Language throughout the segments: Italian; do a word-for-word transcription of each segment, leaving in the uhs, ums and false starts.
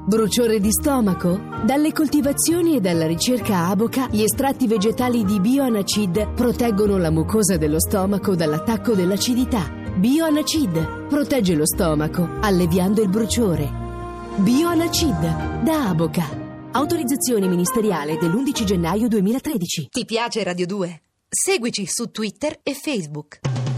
Bruciore di stomaco? Dalle coltivazioni e dalla ricerca Aboca, gli estratti vegetali di Bioanacid proteggono la mucosa dello stomaco dall'attacco dell'acidità. Bioanacid protegge lo stomaco, alleviando il bruciore. Bioanacid da Aboca. Autorizzazione ministeriale dell'undici gennaio duemilatredici. Ti piace Radio due? Seguici su Twitter e Facebook.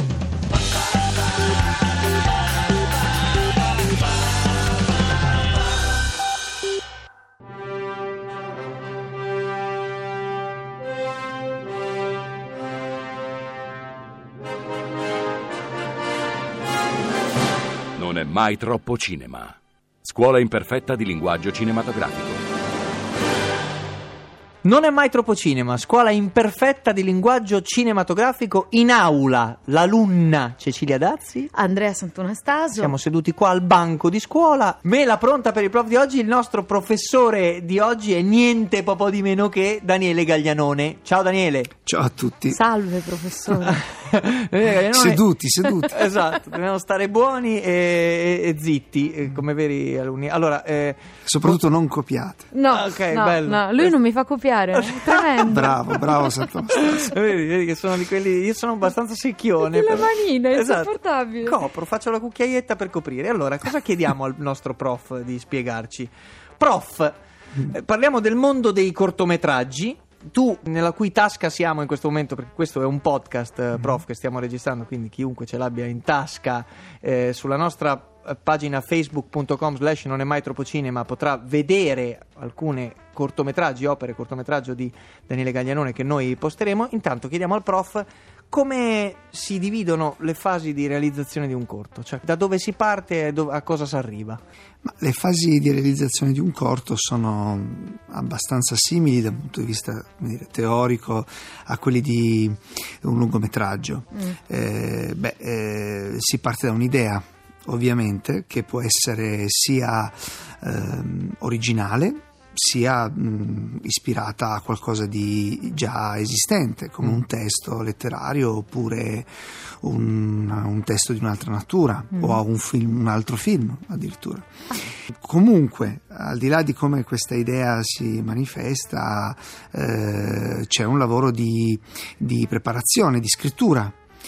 Non è mai troppo cinema. Scuola imperfetta di linguaggio cinematografico. Non è mai troppo cinema, scuola imperfetta di linguaggio cinematografico. In aula l'alunna Cecilia Dazzi, Andrea Santonastasio. Siamo seduti qua al banco di scuola. Mela pronta per il prof di oggi. Il nostro professore di oggi è niente po' di meno che Daniele Gaglianone. Ciao Daniele. Ciao a tutti. Salve professore. Seduti, seduti. Esatto, dobbiamo stare buoni e, e, e zitti come veri alunni. Allora, eh, soprattutto non copiate. No, okay, no, bello. no, lui non mi fa copiare. Tremendo. Bravo, bravo Santonastasio. Vedi, vedi che sono di quelli. Io sono abbastanza secchione. La per... manina è esatto. insopportabile. Copro, faccio la cucchiaietta per coprire. Allora, cosa chiediamo al nostro prof di spiegarci? Prof, eh, parliamo del mondo dei cortometraggi. Tu, nella cui tasca siamo in questo momento, perché questo è un podcast, eh, prof, che stiamo registrando, quindi chiunque ce l'abbia in tasca, eh, sulla nostra pagina facebook punto com slash non è mai troppo cinema potrà vedere alcune cortometraggi, opere cortometraggio di Daniele Gaglianone che noi posteremo. Intanto chiediamo al prof come si dividono le fasi di realizzazione di un corto, cioè da dove si parte e a cosa si arriva. Ma le fasi di realizzazione di un corto sono abbastanza simili dal punto di vista, come dire, teorico a quelli di un lungometraggio. Mm. Eh, beh, eh, si parte da un'idea, ovviamente, che può essere sia ehm, originale sia mh, ispirata a qualcosa di già esistente, come mm. un testo letterario oppure un, un testo di un'altra natura mm. o a un film, un altro film addirittura. Comunque, al di là di come questa idea si manifesta, eh, c'è un lavoro di, di preparazione, di scrittura.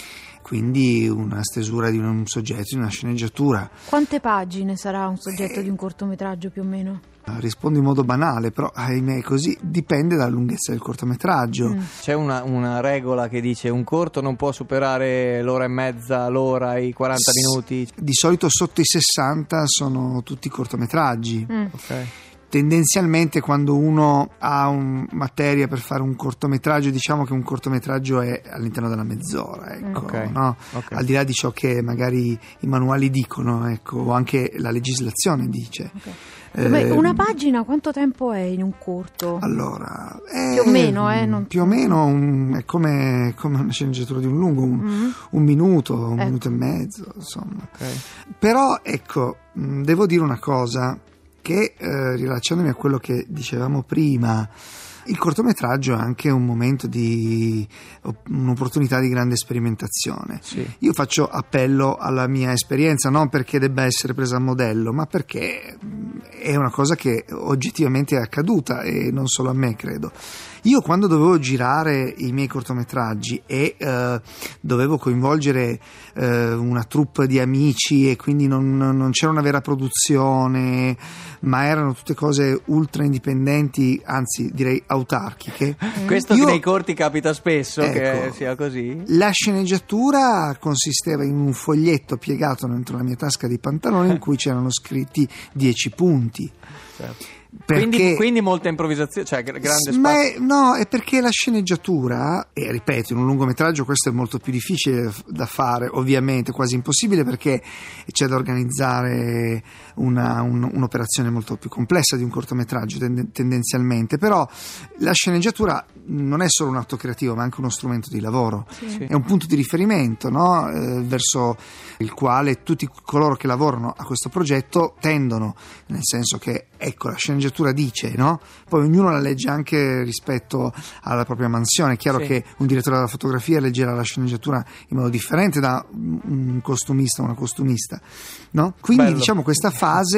Quindi una stesura di un soggetto, di una sceneggiatura. Quante pagine sarà un soggetto eh, di un cortometraggio più o meno? Rispondo in modo banale, però ahimè così dipende dalla lunghezza del cortometraggio. Mm. C'è una, una regola che dice un corto non può superare l'ora e mezza, l'ora, i quaranta S- minuti. Di solito sotto i sessanta sono tutti cortometraggi. Mm. Ok. Tendenzialmente quando uno ha un materia per fare un cortometraggio, diciamo che un cortometraggio è all'interno della mezz'ora, ecco, okay. No? Okay. Al di là di ciò che magari i manuali dicono, ecco, o anche la legislazione dice. Okay. Eh, una pagina quanto tempo è in un corto? Allora, è, più o meno, eh, non... più o meno un, è come, come una sceneggiatura di un lungo, un, mm-hmm. un minuto, un ecco. minuto e mezzo, insomma. Okay. Però ecco, devo dire una cosa. Che eh, rilacciandomi a quello che dicevamo prima, il cortometraggio è anche un momento di un'opportunità di grande sperimentazione. Sì. Io faccio appello alla mia esperienza, non perché debba essere presa a modello, ma perché è una cosa che oggettivamente è accaduta e non solo a me, credo. Io quando dovevo girare i miei cortometraggi e eh, dovevo coinvolgere eh, una troupe di amici e quindi non, non c'era una vera produzione, ma erano tutte cose ultra indipendenti, anzi direi autarchiche. Mm. Questo Io, nei corti capita spesso, ecco, che sia così. La sceneggiatura consisteva in un foglietto piegato dentro la mia tasca di pantalone in cui c'erano scritti dieci punti. Certo. Perché, quindi, quindi molta improvvisazione, cioè grande spazio. Ma è, no, è perché la sceneggiatura, e ripeto, in un lungometraggio questo è molto più difficile da fare, ovviamente, quasi impossibile, perché c'è da organizzare una, un, un'operazione molto più complessa di un cortometraggio tend- tendenzialmente, però la sceneggiatura non è solo un atto creativo, ma anche uno strumento di lavoro. Sì. È un punto di riferimento, no? eh, verso il quale tutti coloro che lavorano a questo progetto tendono, nel senso che, ecco, la sceneggiatura dice, no? Poi ognuno la legge anche rispetto alla propria mansione. È chiaro sì. che un direttore della fotografia leggerà la sceneggiatura in modo differente da un costumista o una costumista, no? Quindi Bello. diciamo questa fase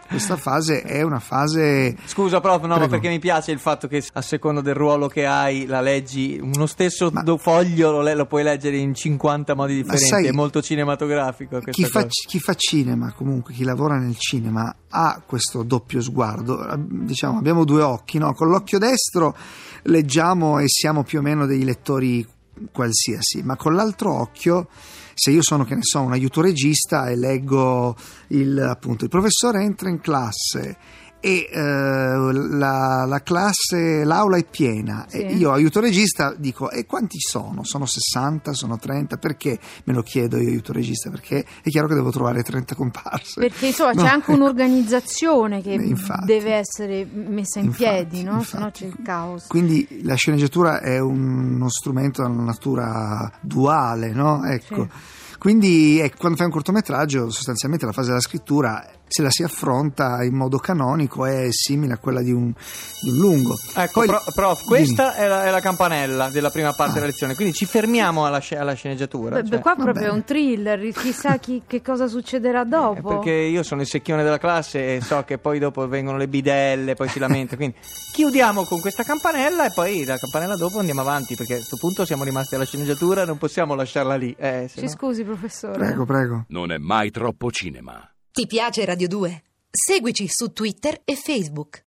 Questa fase è una fase... Scusa prof, no, Prego. ma perché mi piace il fatto che a seconda del ruolo che hai la leggi, uno stesso Ma- do- foglio lo, le- lo puoi leggere in cinquanta modi differenti, sai, è molto cinematografico questa Chi fa, cosa. chi fa cinema, comunque chi lavora nel cinema, ha questo doppio sguardo. Diciamo, abbiamo due occhi, no? Con l'occhio destro leggiamo e siamo più o meno dei lettori qualsiasi, ma con l'altro occhio, se io sono, che ne so, un aiuto regista e leggo il, appunto, il professore entra in classe e eh, la, la classe, l'aula è piena, Sì. e io aiuto regista dico: e quanti sono? Sono sessanta? Sono trenta? Perché me lo chiedo io aiuto regista? Perché è chiaro che devo trovare trenta comparse, Perché insomma No, c'è anche ecco. un'organizzazione che Infatti. deve essere messa in Infatti, piedi, no? infatti. Se no c'è il caos. Quindi la sceneggiatura è uno strumento dalla natura duale, no? Ecco. Sì. Quindi eh, quando fai un cortometraggio, sostanzialmente la fase della scrittura, se la si affronta in modo canonico, è simile a quella di un, di un lungo. Ecco, Poi- pro- prof, questa è la, è la campanella della prima parte Ah. della lezione, quindi ci fermiamo alla, sce- alla sceneggiatura. Beh, cioè- qua va proprio è bene. un thriller, chissà chi, che cosa succederà Eh, dopo. perché io sono il secchione della classe e so che poi dopo vengono le bidelle, poi si lamenta. Quindi chiudiamo con questa campanella e poi la campanella dopo andiamo avanti, perché a questo punto siamo rimasti alla sceneggiatura, non possiamo lasciarla lì. Eh, se Ci no- scusi, professore. Prego, prego. Non è mai troppo cinema. Ti piace Radio due? Seguici su Twitter e Facebook.